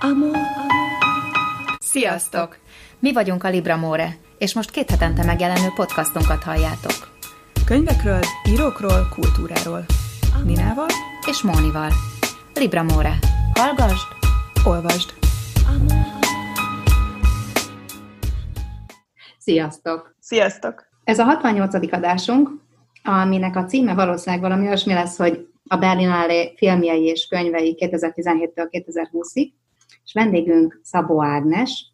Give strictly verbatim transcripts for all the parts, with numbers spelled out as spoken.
Amor, amor. Sziasztok! Mi vagyunk a Libramore, és most két hetente megjelenő podcastunkat halljátok. Könyvekről, írókról, kultúráról. Ninával és Mónival. Libramore. Hallgasd, olvasd. Sziasztok! Sziasztok! Ez a hatvannyolcadik adásunk, aminek a címe valószínűleg valami olyasmi lesz, hogy a Berlinale filmjei és könyvei kétezer-tizenhéttől kétezer-húszig, és vendégünk Szabó Ágnes,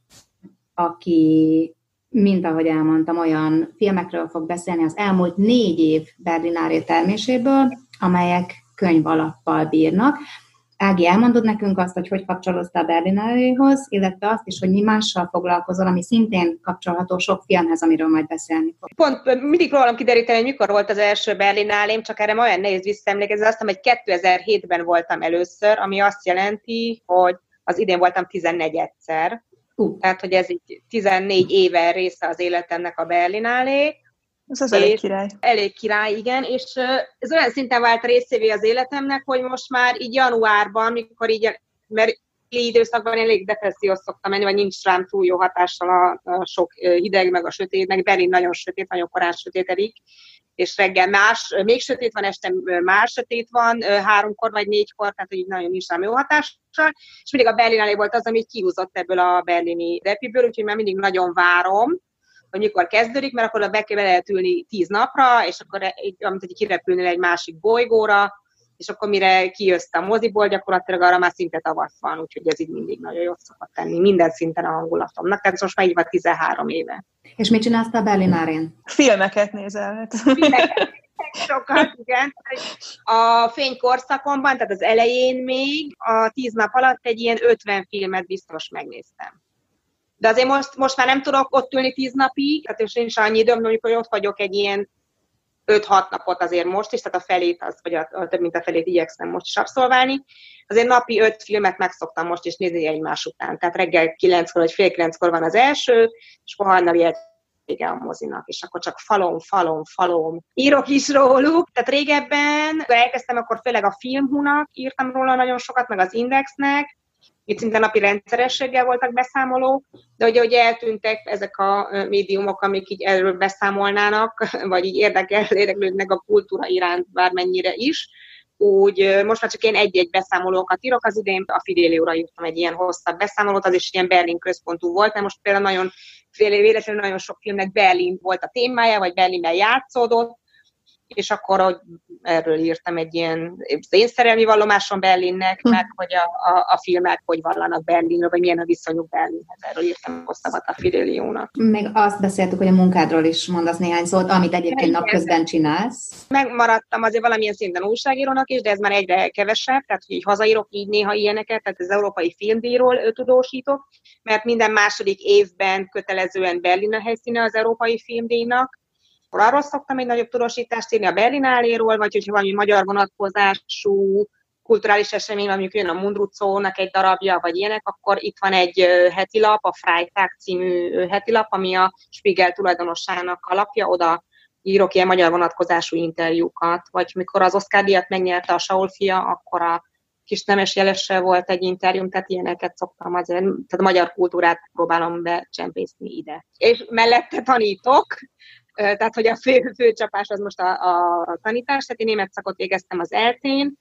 aki, mint ahogy elmondtam, olyan filmekről fog beszélni az elmúlt négy év Berlinale terméséből, amelyek könyv alappal bírnak. Ági, elmondod nekünk azt, hogy hogy kapcsolódtál a Berlinale-hoz, illetve azt is, hogy mi mással foglalkozol, ami szintén kapcsolható sok filmhez, amiről majd beszélni fog. Pont mindig próbálom kideríteni, hogy mikor volt az első Berlinale-m, csak erre olyan nehéz visszaemlékezni. Azt hiszem, hogy kétezer-hétben voltam először, ami azt jelenti, hogy az idén voltam tizennegyedszer. Uh. Tehát, hogy ez így tizennégy éve része az életemnek a Berlinale. Ez az elég király. Elég király, igen, és ez olyan szinten vált részévé az életemnek, hogy most már így januárban, mikor így, mert időszakban elég depressziós szoktam menni, vagy nincs rám túl jó hatással a, a sok hideg, meg a sötét, meg Berlin nagyon sötét, nagyon korán sötétedik, és reggel más, még sötét van, este más sötét van, háromkor vagy négykor, tehát így nagyon nincs rám jó hatással, és mindig a Berlinale volt az, ami kihúzott ebből a berlini repiből, úgyhogy már mindig nagyon várom, hogy mikor kezdődik, mert akkor be kell lehet ülni tíz napra, és akkor amit hogy kirepülnél egy másik bolygóra, és akkor mire kijössz a moziból, gyakorlatilag arra már szinte tavasz van, úgyhogy ez így mindig nagyon jót szokott tenni, minden szinten a hangulatomnak, tehát most már így van tizenhárom éve. És mit csinálsz a Berlinale-n? Filmeket nézel. Filmeket, sokat, igen. A fénykorszakomban, tehát az elején még, a tíz nap alatt egy ilyen ötven filmet biztos megnéztem. De azért most, most már nem tudok ott ülni tíz napig, tehát és nincs annyi időm, amikor ott vagyok egy ilyen öt-hat napot azért most is, tehát a felét, az, vagy a, a, több mint a felét igyekszem most is abszolválni. Azért napi öt filmet megszoktam most is nézni egymás után. Tehát reggel kilenckor vagy fél kilenckor van az első, és akkor hajnali vége a mozinak, és akkor csak falom, falom, falom. Írok is róluk. Tehát régebben, amikor elkezdtem, akkor főleg a Filmhúnak írtam róla nagyon sokat, meg az Indexnek, itt szinte napi rendszerességgel voltak beszámolók, de ugye, ugye eltűntek ezek a médiumok, amik így erről beszámolnának, vagy így érdekel, érdeklődnek a kultúra iránt bármennyire is. Úgy most már csak én egy-egy beszámolókat írok, az idén a Fidelio-ra írtam egy ilyen hosszabb beszámolót, az is ilyen Berlin központú volt, mert most például nagyon véletlenül nagyon sok filmnek Berlin volt a témája, vagy Berlinben játszódott, és akkor hogy erről írtam egy ilyen én szerelmi vallomásom Berlinnek, hm. meg hogy a, a, a filmek hogy vallanak Berlinről, vagy milyen a viszonyuk Berlinhez. Erről írtam hosszabbat a Fideliónak. Meg azt beszéltük, hogy a munkádról is mondasz néhány szót, amit egyébként napközben csinálsz. Megmaradtam azért valamilyen szinten újságírónak is, de ez már egyre kevesebb, tehát hogy így hazaírok így néha ilyeneket, tehát az Európai Filmdíjról tudósítok, mert minden második évben kötelezően Berlin a helyszíne az Európai Filmdíjnak. Akkor arról szoktam egy nagyobb tudósítást írni a Berlinale-ról, vagy hogyha valami magyar vonatkozású kulturális esemény, mondjuk jön a Mundrucónak egy darabja, vagy ilyenek, akkor itt van egy hetilap, a Freitag című hetilap, ami a Spiegel tulajdonosának alapja, oda írok ilyen magyar vonatkozású interjúkat, vagy mikor az Oscar-díjat megnyerte a Saul fia, akkor a Kis Nemes Jelessel volt egy interjúm, tehát ilyeneket szoktam azért, tehát a magyar kultúrát próbálom becsempészni ide. És mellette tanítok, tehát, hogy a fő, fő csapás az most a, a tanítás, tehát én német szakot végeztem az eltén,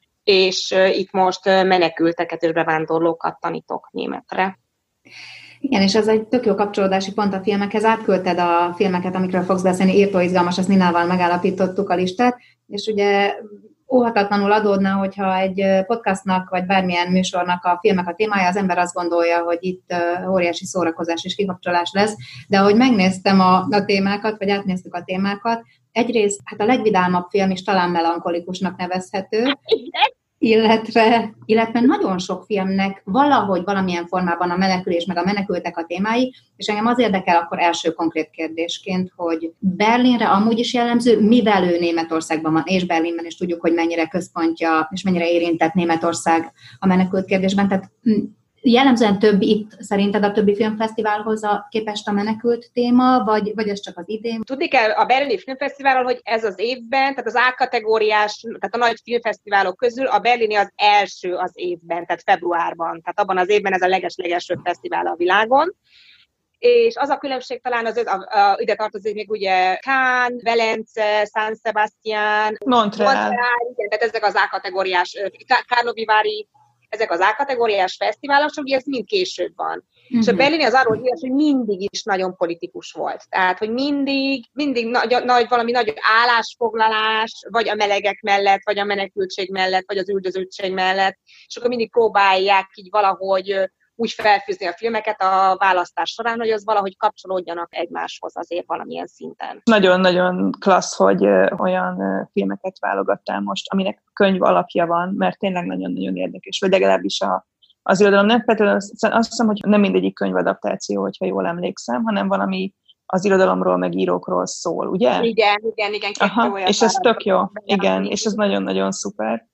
és itt most menekülteket és bevándorlókat tanítok németre. Igen, és ez egy tök jó kapcsolódási pont a filmekhez. Átküldted a filmeket, amikről fogsz beszélni, írtó izgalmas, ezt Ninával megállapítottuk a listát, és ugye óhatatlanul adódna, hogyha egy podcastnak, vagy bármilyen műsornak a filmek a témája, az ember azt gondolja, hogy itt óriási szórakozás és kikapcsolás lesz, de ahogy megnéztem a, a témákat, vagy átnéztük a témákat, egyrészt hát a legvidámabb film is talán melankolikusnak nevezhető, illetve, illetve nagyon sok filmnek valahogy valamilyen formában a menekülés meg a menekültek a témái, és engem az érdekel akkor első konkrét kérdésként, hogy Berlinre amúgy is jellemző, mivel ő Németországban van, és Berlinben, és tudjuk, hogy mennyire központja, és mennyire érintett Németország a menekült kérdésben, tehát jellemzően több itt szerinted a többi filmfesztiválhoz a képest a menekült téma, vagy, vagy ez csak az idén? Tudni kell a Berlini Filmfesztiválról, hogy ez az évben, tehát az A-kategóriás, tehát a nagy filmfesztiválok közül a berlini az első az évben, tehát februárban. Tehát abban az évben ez a leges-legelsőbb fesztivál a világon. És az a különbség talán az, a, a, ide tartozik még ugye Cannes, Velence, San Sebastian, Montreal. Montreal, igen, tehát ezek az A-kategóriás, Karlovy Vary, ezek az A-kategóriás fesztiválok, csak ugye ez mind később van. Uh-huh. És a berlini az arról híres, hogy mindig is nagyon politikus volt. Tehát, hogy mindig, mindig nagy, nagy, valami nagy állásfoglalás, vagy a melegek mellett, vagy a menekültség mellett, vagy az üldözöttség mellett, és akkor mindig próbálják így valahogy úgy felfűzni a filmeket a választás során, hogy az valahogy kapcsolódjanak egymáshoz azért valamilyen szinten. Nagyon-nagyon klassz, hogy olyan filmeket válogattál most, aminek könyv alapja van, mert tényleg nagyon-nagyon érdekes, vagy legalábbis a, az irodalom. Nem feltétlenül azt hiszem, hogy nem mindegyik könyvadaptáció, hogyha jól emlékszem, hanem valami az irodalomról, meg írókról szól, ugye? Igen, igen, igen. Aha, és ez tök jó, igen, és ez nagyon-nagyon szuper.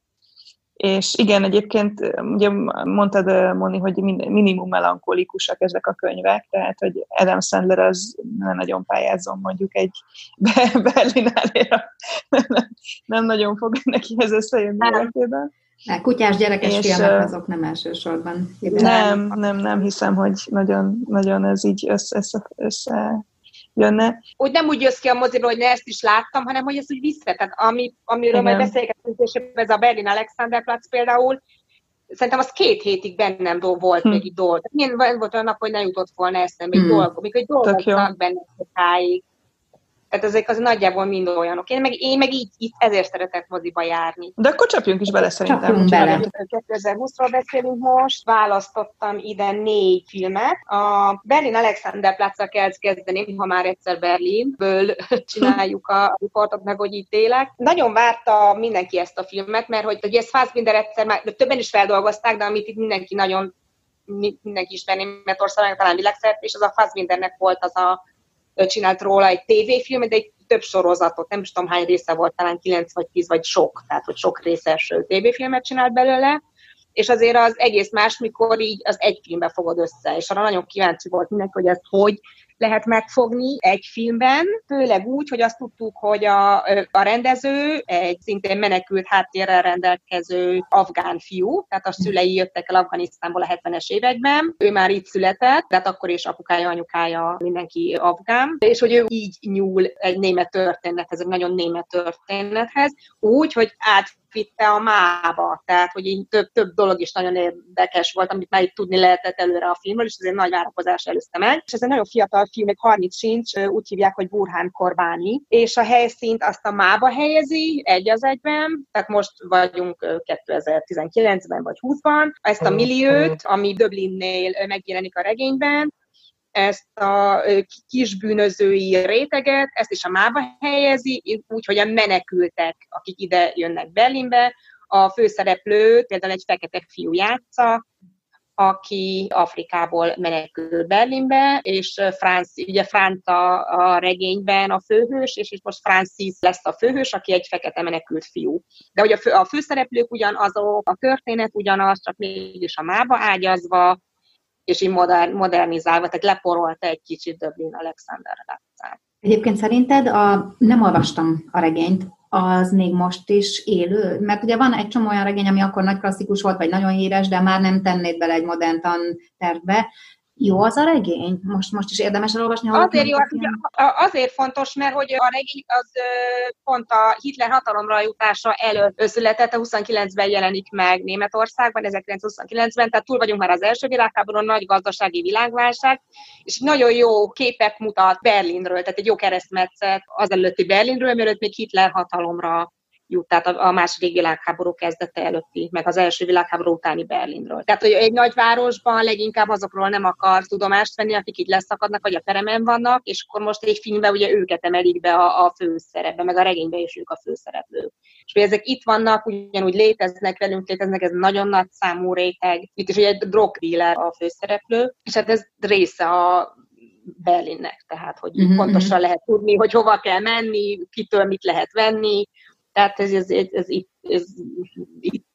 És igen, egyébként ugye mondtad, Moni, hogy minimum melankolikusak ezek a könyvek, tehát hogy Adam Sandler az nem nagyon pályázzon mondjuk egy Berlinálére. Nem nagyon fog neki ez összejönni életében. Kutyás gyerekes és filmek azok nem elsősorban. Nem, nem, nem hiszem, hogy nagyon, nagyon ez így össze, össze, össze jönne. Úgy nem úgy jössz ki a moziba, hogy ne ezt is láttam, hanem hogy ez úgy vissza. Tehát ami, amiről majd beszélgetünk, és ez a Berlin Alexanderplatz például, szerintem az két hétig bennem volt hm. még így dolg. Milyen volt olyan nap, hogy ne jutott volna eszembe egy hm. dolgok, mikor egy dolgoznak benne sokáig. Tehát ezek az nagyjából mind olyanok. Én meg, én meg így, így ezért szeretek moziba járni. De akkor csapjunk is bele szerintem. Csapjunk bele. kétezer-húszról beszélünk most. Választottam ide négy filmet. A Berlin Alexanderplatzal kell kezdeni, ha már egyszer Berlinből csináljuk a riportot, meg hogy itt élek. Nagyon várta mindenki ezt a filmet, mert hogy, hogy ezt Fassbinder egyszer már többen is feldolgozták, de amit itt mindenki nagyon mindenki ismer Németországban, talán világszerte, és az a Fassbindernek volt az a csinált róla egy tévéfilmet, de egy több sorozatot, nem is tudom hány része volt, talán kilenc vagy tíz, vagy sok, tehát hogy sok részes tévéfilmet csinált belőle, és azért az egész más, mikor így az egy filmbe fogod össze, és arra nagyon kíváncsi volt mindenki, hogy ezt hogy lehet megfogni egy filmben, főleg úgy, hogy azt tudtuk, hogy a, a rendező egy szintén menekült háttérrel rendelkező afgán fiú, tehát a szülei jöttek el Afganisztánból a hetvenes években, ő már itt született, tehát akkor is apukája, anyukája, mindenki afgán, és hogy ő így nyúl egy német történethez, egy nagyon német történethez, úgy, hogy át vitte a mába, tehát hogy így több, több dolog is nagyon érdekes volt, amit már itt tudni lehetett előre a filmről, és ezért nagy várakozás előzte meg. És ez egy nagyon fiatal film, egy harminc sincs, úgy hívják, hogy Burhan Korbáni, és a helyszínt azt a mába helyezi, egy az egyben, tehát most vagyunk kétezer-tizenkilencben vagy húszban, ezt a milliót, ami Dublinnél megjelenik a regényben, ezt a kisbűnözői réteget, ezt is a mába helyezi, úgyhogy a menekültek, akik ide jönnek Berlinbe, a főszereplő például egy fekete fiú játsza, aki Afrikából menekül Berlinbe, és Franz, ugye Franz a, a regényben a főhős, és, és most Francis lesz a főhős, aki egy fekete menekült fiú. De hogy a, fő, a főszereplők ugyanazok, a történet ugyanaz, csak mégis a mába ágyazva, és így modern, modernizálva, tehát leporolta egy kicsit Dublin Alexanderplatzát. Egyébként szerinted, a, nem olvastam a regényt, az még most is élő? Mert ugye van egy csomó olyan regény, ami akkor nagy klasszikus volt, vagy nagyon híres, de már nem tennéd bele egy modern tantervbe. Jó az a regény? Most, most is érdemes elolvasni? Azért jó, azért fontos, mert hogy a regény az pont a Hitler hatalomra jutása előtt született, a huszonkilencben jelenik meg Németországban, ezerkilencszázhuszonkilencben, tehát túl vagyunk már az első világháborús, nagy gazdasági világválság, és nagyon jó képet mutat Berlinről, tehát egy jó keresztmetszet az előtti Berlinről, mielőtt még Hitler hatalomra jut, tehát a második világháború kezdete előtti, meg az első világháború utáni Berlinről. Tehát, hogy egy nagyvárosban leginkább azokról nem akar tudomást venni, akik itt leszakadnak, vagy a peremen vannak, és akkor most egy filmben ugye őket emelik be a, a főszerepbe, meg a regényben is ők a főszereplők. És hogy ezek itt vannak, ugyanúgy léteznek, velünk léteznek, ez nagyon nagy számú réteg. Itt is ugye egy drogdíler a főszereplő, és hát ez része a Berlinnek, tehát, hogy mm-hmm. pontosan lehet tudni, hogy hova kell menni, kitől mit lehet venni. Tehát ez, ez, ez, ez, itt, ez itt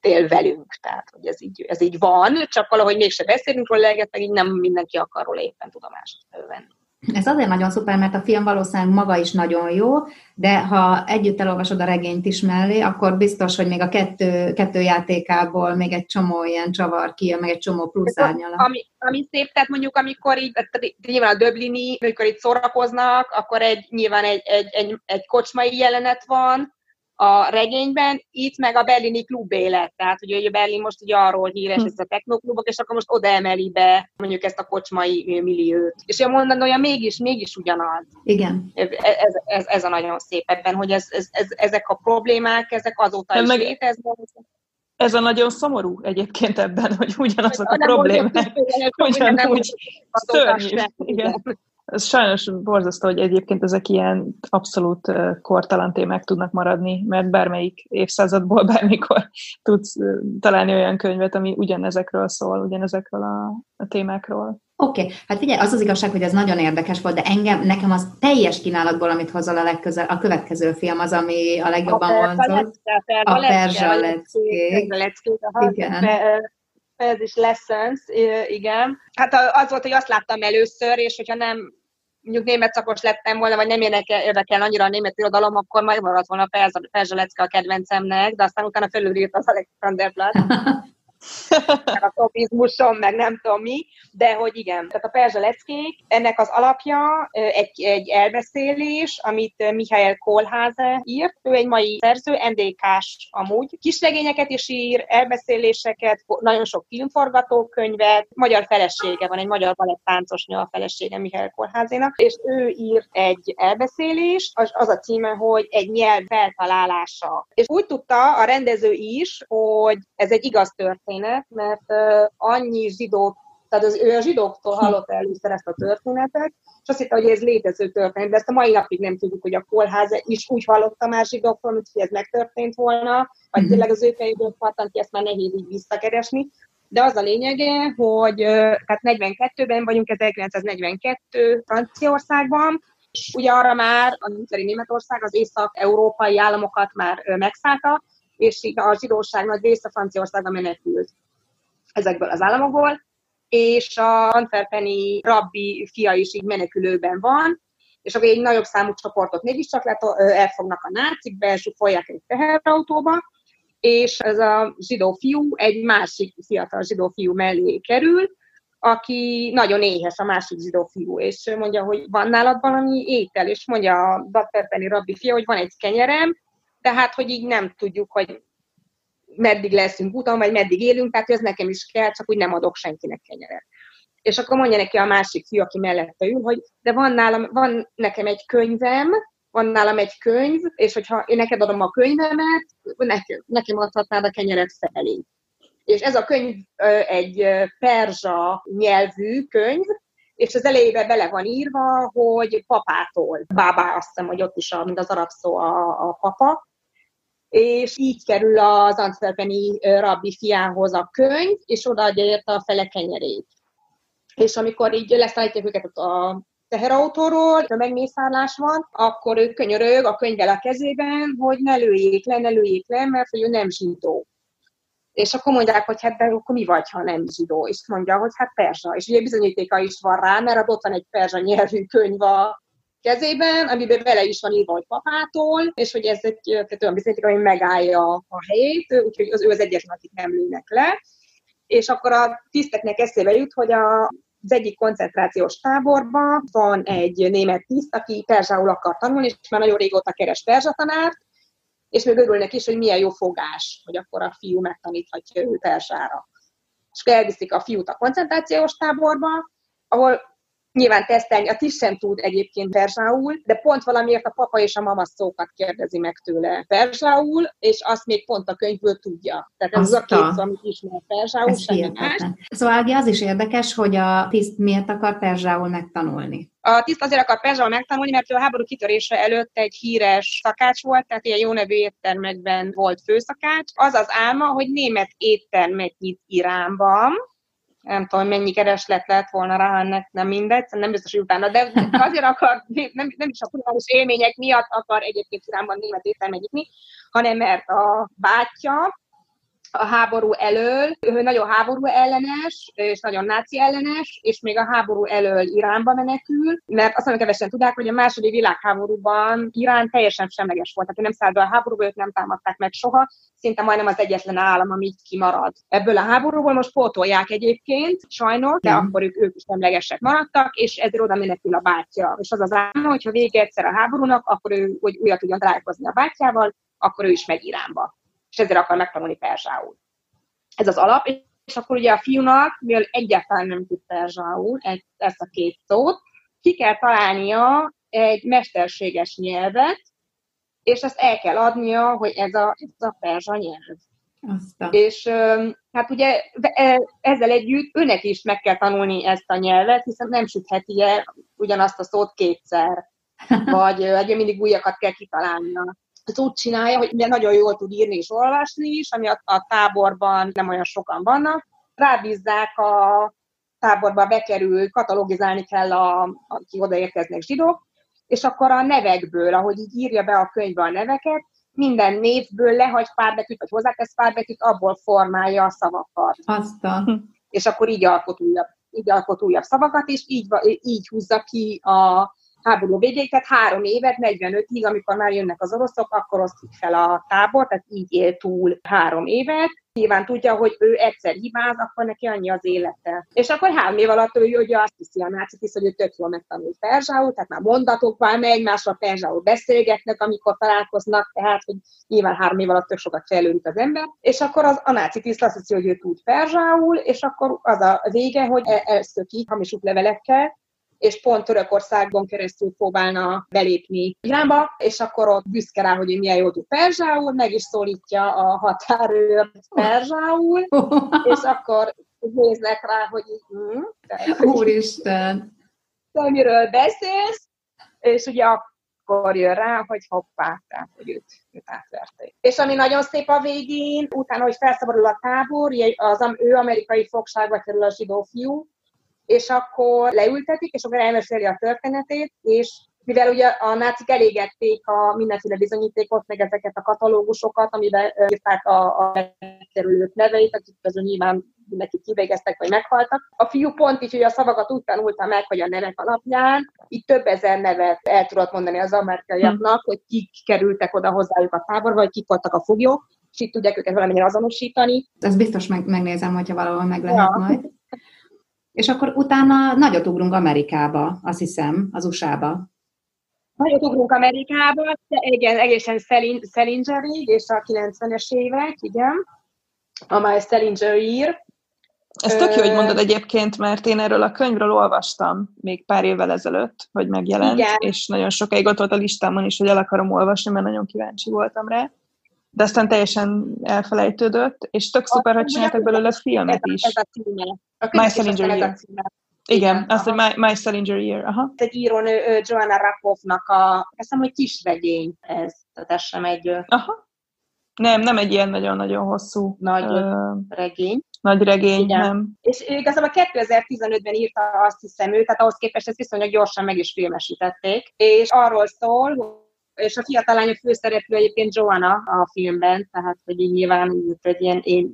él velünk. Tehát, hogy ez így, ez így van, csak valahogy mégse beszélünk róla, meg így nem mindenki akar róla éppen tudomást venni. Ez azért nagyon szuper, mert a film valószínűleg maga is nagyon jó, de ha együtt elolvasod a regényt is mellé, akkor biztos, hogy még a kettő, kettő játékából még egy csomó ilyen csavar kijön, meg egy csomó plusz árnyalat. Ami, ami szép, tehát mondjuk amikor így, nyilván a Döblini, amikor itt szórakoznak, akkor egy, nyilván egy, egy, egy, egy kocsmai jelenet van a regényben, itt meg a berlini klubélet, tehát ugye a Berlin most ugye arról híres, hm. ez a technoklubok, és akkor most oda emeli be mondjuk ezt a kocsmai milliót. És én mondani, hogy mégis, mégis ugyanaz. Igen. Ez, ez, ez, ez a nagyon szép ebben, hogy ez, ez, ez, ezek a problémák, ezek azóta De is meg... léteznek. Ez a nagyon szomorú egyébként ebben, hogy ugyanazok a problémák, ugyanúgy szörnyű. Igen. Ez sajnos borzasztó, hogy egyébként ezek ilyen abszolút kortalan témák tudnak maradni, mert bármelyik évszázadból bármikor tudsz találni olyan könyvet, ami ugyanezekről szól, ugyanezekről a, a témákról. Oké, okay. Hát figyelj, az az igazság, hogy ez nagyon érdekes volt, de engem, nekem az teljes kínálatból, amit hozol a legközel, a következő film az, ami a legjobban vonzott. A Perzsa leckék. Igen. Ez is lessons, igen. Hát az volt, hogy azt láttam először, és hogyha nem mondjuk német szakos lettem volna, vagy nem érdekel annyira a német irodalom, akkor majd maradt volna a Perzsa lecke a kedvencemnek, de aztán utána felülírt az Alexanderblatt. A topizmuson, meg nem tudom mi, de hogy igen. Tehát a Perzsa leckék, ennek az alapja egy, egy elbeszélés, amit Michael Kohlhase írt. Ő egy mai szerző, en dé ká-s amúgy. Kisregényeket is ír, elbeszéléseket, nagyon sok filmforgatókönyvet. Magyar felesége van, egy magyar balettáncosnő a felesége Michael Kohlhásénak, és ő írt egy elbeszélést, az, az a címe, hogy egy nyelv feltalálása. És úgy tudta a rendező is, hogy ez egy igaz történet, mert uh, annyi zsidó, tehát az, ő a zsidóktól hallotta először ezt a történetet, és azt hitte, hogy ez létező történet, de ezt a mai napig nem tudjuk, hogy a Kohlhase is úgy hallotta már zsidóktól, mint hogy ez megtörtént volna, vagy tényleg az ő fejéből pattant ki, ezt már nehéz így visszakeresni. De az a lényege, hogy uh, tehát negyvenkettőben vagyunk, ezerkilencszáznegyvenkettő Franciaországban, és ugye arra már a hitleri Németország az észak-európai államokat már uh, megszállta, és így a zsidóság nagy része Franciaországban menekült ezekből az államokból, és a antwerpeni rabbi fia is így menekülőben van, és akkor egy nagyobb számú csoportot mégiscsak elfognak a nácik, belsúfolják egy teherautóba, és ez a zsidó fiú egy másik fiatal zsidó fiú mellé kerül, aki nagyon éhes, a másik zsidó fiú, és mondja, hogy van nálad valami étel, és mondja a antwerpeni rabbi fia, hogy van egy kenyerem, tehát, hogy így nem tudjuk, hogy meddig leszünk úton, vagy meddig élünk, tehát ez nekem is kell, csak úgy nem adok senkinek kenyeret. És akkor mondja neki a másik fiú, aki mellette ül, hogy de van nálam, van nekem egy könyvem, van nálam egy könyv, és hogyha én neked adom a könyvemet, nekem, nekem adhatnád a kenyeret felé. És ez a könyv egy perzsa nyelvű könyv, és az elejében bele van írva, hogy papától. Bábá, azt hiszem, hogy ott is, a, mint az arab szó a, a papa. És így kerül az antwerpeni rabbi fiához a könyv, és odaadja érte a fele kenyerét. És amikor így leszállítják őket a teherautóról, a megmészárlás van, akkor ő könyörög a könyvvel a kezében, hogy ne lőjék le, ne lőjék le, mert hogy ő nem zsidó. És akkor mondják, hogy hát de akkor mi vagy, ha nem zsidó? És mondja, hogy hát perzsa. És ugye bizonyítéka is van rá, mert ott van egy perzsa nyelvű könyv a kezében, amiben vele is van írva, hogy papától, és hogy ez egy tehát olyan bizonyíték, ami megállja a helyét, úgyhogy az ő az egyetlen, akik nem lőnek le. És akkor a tiszteknek eszébe jut, hogy a az egyik koncentrációs táborban van egy német tiszt, aki perzsául akar tanulni, és már nagyon régóta keres perzsatanárt, és még örülnek is, hogy milyen jó fogás, hogy akkor a fiú megtaníthatja ő perzsára. És elviszik a fiút a koncentrációs táborba, ahol nyilván tesztelni, a tiszt sem tud egyébként perzsául, de pont valamiért a papa és a mama szókat kérdezi meg tőle perzsául, és azt még pont a könyvből tudja. Tehát ez Azta. Az a két szó, amit ismer perzsául, semmi más. Szóval Ági, az is érdekes, hogy a tiszt miért akar perzsául megtanulni. A tiszt azért akar perzsául megtanulni, mert ő a háború kitörése előtt egy híres szakács volt, tehát ilyen jó nevű éttermekben volt főszakács. Az az álma, hogy német éttermet nyit Iránban, nem tudom, mennyi kereslet lett volna rá, ennek nem mindegy, nem biztos, hogy utána, de azért akar, nem, nem is a kulturális élmények miatt akar egyébként Iránban német éttermet nyitni, hanem mert a bátyja, a háború elől, ő nagyon háború ellenes, és nagyon náci ellenes, és még a háború elől Iránba menekül, mert azt nagyon kevesen tudják, hogy a második világháborúban Irán teljesen semleges volt, tehát ő nem szállt be a háborúba, őt nem támadták meg soha, szinte majdnem az egyetlen állam, ami így kimarad. Ebből a háborúból most pótolják egyébként, sajnos, de mm. akkor ők, ők is semlegesek maradtak, és ezért oda menekül a bátyja. És az az állam, hogyha vége egyszer a háborúnak, akkor ő hogy újra tudjon találkozni a bátyjával, akkor ő is megy Iránba. És ezért akar megtanulni perzsául. Ez az alap, és akkor ugye a fiúnak, mivel egyáltalán nem tud perzsául ezt a két szót, ki kell találnia egy mesterséges nyelvet, és ezt el kell adnia, hogy ez a, ez a perzsa nyelv. Aztán. És hát ugye ezzel együtt őnek is meg kell tanulni ezt a nyelvet, hiszen nem sütheti el ugyanazt a szót kétszer, vagy ugye mindig újakat kell kitalálnia. Ez úgy csinálja, hogy nagyon jól tud írni és olvasni is, ami a, a táborban nem olyan sokan vannak. Rábízzák a táborba bekerül, katalogizálni kell, a, aki odaérkeznek zsidók, és akkor a nevekből, ahogy így írja be a könyvbe a neveket, minden névből lehagy pár betűt, vagy hozzátesz pár betűt, abból formálja a szavakat. Aztán. És akkor így alkot újabb, így alkot újabb szavakat, és így, így húzza ki a háború végéig, tehát három évet, negyvenötig, amikor már jönnek az oroszok, akkor osztik fel a tábor, tehát így él túl három évet. Nyilván tudja, hogy ő egyszer hibáz, akkor neki annyi az élete. És akkor három év alatt ő ugye azt hiszi a nácik is, hogy ő tök jól megtanul perzsául, tehát már mondatokban egymásra perzsául beszélgetnek, amikor találkoznak, tehát hogy nyilván három év alatt tök sokat fejlődik az ember. És akkor az, a nácik is azt hiszi, hogy ő tud perzsául, és akkor az a vége, hogy elszöki hamis útlevelekkel, és pont Törökországon keresztül próbálna belépni Iránba, és akkor ott büszke rá, hogy milyen jól tud perzsául, meg is szólítja a határőrt perzsául, és akkor néznek rá, hogy hm, Úristen! Te miről beszélsz? És ugye akkor jön rá, hogy hoppá, tehát, hogy őt, őt átverték. És ami nagyon szép a végén, utána, hogy felszabadul a tábor, az ő amerikai fogságba kerül a zsidó fiú, és akkor leültetik, és akkor elmeséli a történetét, és mivel ugye a nácik elégették a mindenféle bizonyítékot, meg ezeket a katalógusokat, amiben írták a, a megkerülők neveit, akik közül nyilván mindenkit kivégeztek, vagy meghaltak. A fiú pont így, hogy a szavakat úgy tanulta meg, hogy a nevek alapján, így több ezer nevet el tudott mondani az amerikaiaknak, hogy kik kerültek oda hozzájuk a táborba, vagy kik voltak a foglyok, és így tudják őket valamennyire azonosítani. Ezt biztos meg, megnézem, hogyha valahol meg lehet ja. majd. És akkor utána nagyot ugrunk Amerikába, azt hiszem, az u es á-ba. Nagyot ugrunk Amerikába, de igen, egészen Salingerig, és a kilencvenes évek, igen, amely Salinger ír. Ez tök jó, hogy mondod egyébként, mert én erről a könyvről olvastam még pár évvel ezelőtt, hogy megjelent, igen. És nagyon sokáig ott volt a listámon is, hogy el akarom olvasni, mert nagyon kíváncsi voltam rá. De aztán teljesen elfelejtődött, és tök szuper, hogy csináltak belőle filmet is. Ez a címe. My Salinger Year. Igen, azt, hogy My, My Salinger Year. Aha. Egy írónő, Joanna Rakovnak a, hiszem, hogy kisregény ez, tehát ez sem egy... Aha. Nem, nem egy ilyen nagyon-nagyon hosszú nagy uh, regény. Nagy regény, igen. Nem. És igazából kétezer-tizenötben írta, azt hiszem ő, tehát ahhoz képest ezt viszonylag gyorsan meg is filmesítették, és arról szól, és a fiatal lány főszereplő egyébként Joanna a filmben, tehát hogy így nyilván egy ilyen én,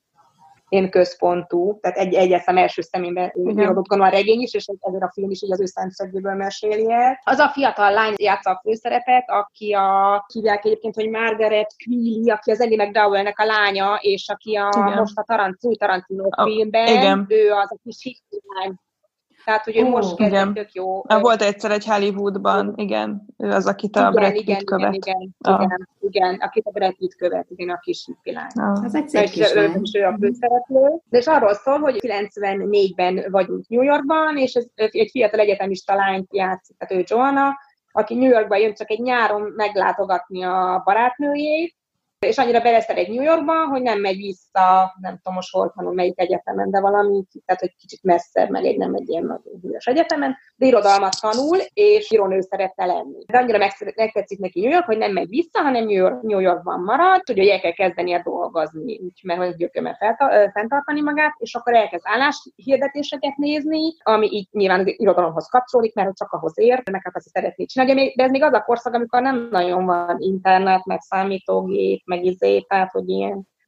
én központú, tehát egy, egyeszem első személyben írodott gondolom a regény is, és ezért a film is így az ő szemszögből meséli el. Az a fiatal lány játsza a főszerepet, aki a, hívják egyébként, hogy Margaret Qualley, aki az Ellie McDowell-nek a lánya, és aki a, most a Tarantino, Tarantino a, filmben, igen. Ő az a kis hitlány. Tehát, hogy ő uh, most kezdett tök jó. Na, volt egyszer egy Hollywoodban, igen, ő az, akit a igen, Brad Pitt igen, követ. Igen, igen, ah. igen, igen, akit a Brad Pitt követ, igen, a kis hitlány. Ah. Ez egy szép kis lány. És ő a főszereplő. De és arról szól, hogy kilencvennégyben vagyunk New Yorkban, és ez egy fiatal egyetemista lányt játszik, tehát ő Joanna, aki New Yorkba jön csak egy nyáron meglátogatni a barátnőjét, és annyira beleszeret New Yorkban, hogy nem megy vissza, nem tudom most hol tanul, melyik egyetemen, de valami, tehát hogy kicsit messzebb, meg egy nem egy ilyen nagyon húlyos egyetemen, de irodalmat tanul, és írónő szeretne lenni. De annyira megtetszik neki New York, hogy nem megy vissza, hanem New, York, New Yorkban marad, hogy el kell kezdenie dolgozni, úgy, mert hogy gyökömmel fenntartani magát, és akkor elkezd álláshirdetéseket nézni, ami így nyilván az irodalomhoz kapcsolódik, mert csak ahhoz ért, meg hát azt szeretné csinálni. De ez még az a korszak, amikor nem nagyon van internet, meg számítógép, meg izé, tehát, hogy ilyen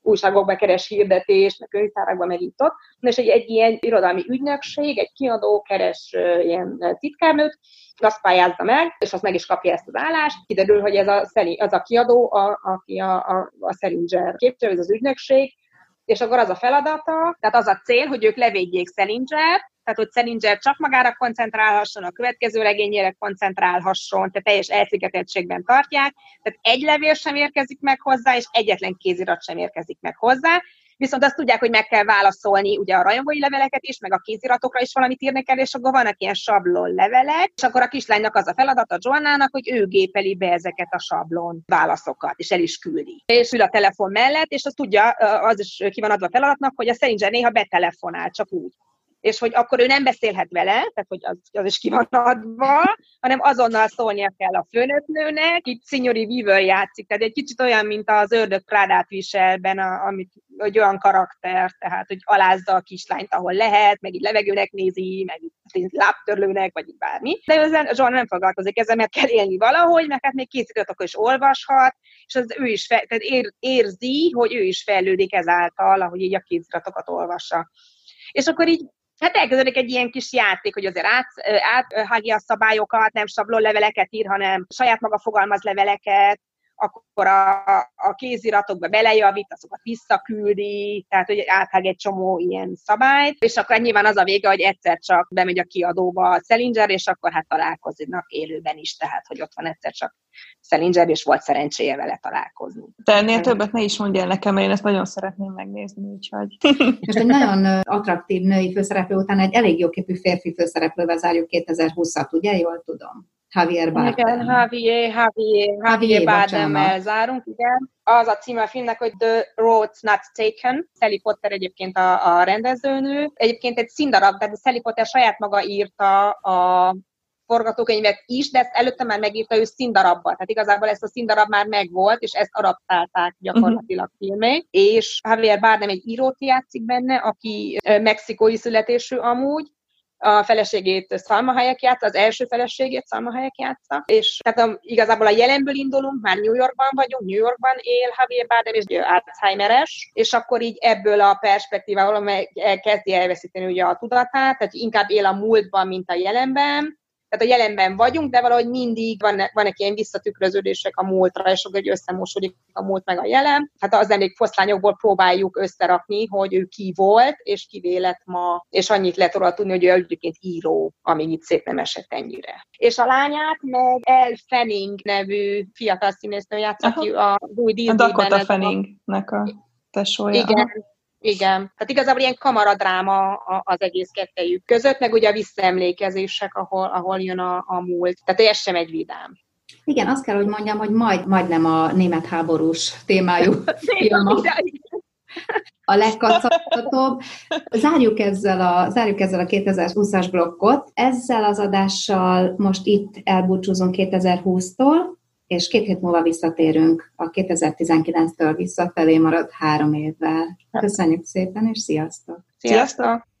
újságokban keres hirdetést, meg könyvtárakban meg itt ott. És egy, egy ilyen irodalmi ügynökség, egy kiadó keres uh, ilyen titkárnőt, azt pályázza meg, és azt meg is kapja ezt az állást. Kiderül, hogy ez a, az a kiadó, a, aki a, a, a Salinger képviselő, ez az ügynökség, és akkor az a feladata, tehát az a cél, hogy ők levédjék Salinger, tehát hogy Salinger csak magára koncentrálhasson, a következő regényére koncentrálhasson, tehát teljes elszigeteltségben tartják, tehát egy levél sem érkezik meg hozzá, és egyetlen kézirat sem érkezik meg hozzá, viszont azt tudják, hogy meg kell válaszolni ugye a rajongói leveleket is, meg a kéziratokra is valamit írni kell, és akkor vannak ilyen sablon levelek, és akkor a kislánynak az a feladata Joannának, hogy ő gépeli be ezeket a sablon válaszokat, és el is küldi. És ül a telefon mellett, és azt tudja, az is ki van adva a feladatnak, hogy a Salinger néha betelefonál, csak úgy. És hogy akkor ő nem beszélhet vele, tehát hogy az, az is ki van adva, hanem azonnal szólnia kell a főnöknőnek. Itt Signori Weaver játszik, tehát egy kicsit olyan, mint az Ördög Prádát viselben, a, amit egy olyan karakter, tehát hogy alázza a kislányt, ahol lehet, meg így levegőnek nézi, meg így lábtörlőnek, vagy így bármi. De ezen Joan nem foglalkozik ezzel, mert kell élni valahogy, mert hát még készítők is olvashat, és az ő is fe, tehát ér, érzi, hogy ő is fejlődik ezáltal, ahogy így a kéziratokat olvassa. És akkor így hát elkezdődik egy ilyen kis játék, hogy azért át, áthágja a szabályokat, nem sablonleveleket ír, hanem saját maga fogalmaz leveleket, akkor a, a kéziratokba belejavít, azokat visszaküldi, tehát hogy áthág egy csomó ilyen szabályt, és akkor nyilván az a vége, hogy egyszer csak bemegy a kiadóba a Salinger, és akkor hát találkoznak élőben is, tehát hogy ott van egyszer csak Salinger, és volt szerencséje vele találkozni. Te ennél többet ne is mondjál nekem, mert én ezt nagyon szeretném megnézni, úgyhogy. Most egy nagyon attraktív női főszereplő után egy elég jóképű férfi főszereplővel zárjuk kétezer-húszat, ugye? Jól tudom. Javier Bardem. Igen, Javier, Javier, Javier Bardemmel zárunk, igen. Az a címe a filmnek, hogy The Road's Not Taken. Sally Potter egyébként a, a rendezőnő. Egyébként egy színdarab, tehát Sally Potter saját maga írta a forgatókönyvet is, de ezt előtte már megírta ő színdarabba. Tehát igazából ezt a színdarab már megvolt, és ezt adaptálták gyakorlatilag uh-huh. filmé. És Javier Bardem egy írót játszik benne, aki mexikói születésű amúgy, a feleségét Salma Hayek játsza, az első feleségét Salma Hayek játsza, és tehát a, igazából a jelenből indulunk, már New Yorkban vagyunk, New Yorkban él Javier Bardem, és Alzheimeres, és akkor így ebből a perspektívából kezdi elveszíteni ugye a tudatát, tehát inkább él a múltban, mint a jelenben. Tehát a jelenben vagyunk, de valahogy mindig vannak, vannak ilyen visszatükröződések a múltra, és akkor összemosódik a múlt meg a jelen. Hát az emlék foszlányokból próbáljuk összerakni, hogy ő ki volt, és ki lett ma, és annyit lehet róla tudni, hogy ő egyébként író, amíg itt szép nem esett ennyire. És a lányát meg Elle Fanning nevű fiatal színésznő játszik, aki a új Disneyben. A Dakota Fanningnek a tesója. Igen. Igen, tehát igazából ilyen kamaradráma az egész kettejük között, meg ugye a visszaemlékezések, ahol, ahol jön a, a múlt. Tehát ez sem egy vidám. Igen, azt kell, hogy mondjam, hogy majd, majdnem a német háborús témájú film a legkacagtatóbb. Zárjuk ezzel a, zárjuk ezzel a kétezer-húszas blokkot. Ezzel az adással most itt elbúcsúzunk kétezer-húsztól, és két hét múlva visszatérünk a kétezer-tizenkilenctől visszafelé maradt három évvel. Köszönjük szépen, és sziasztok! Sziasztok!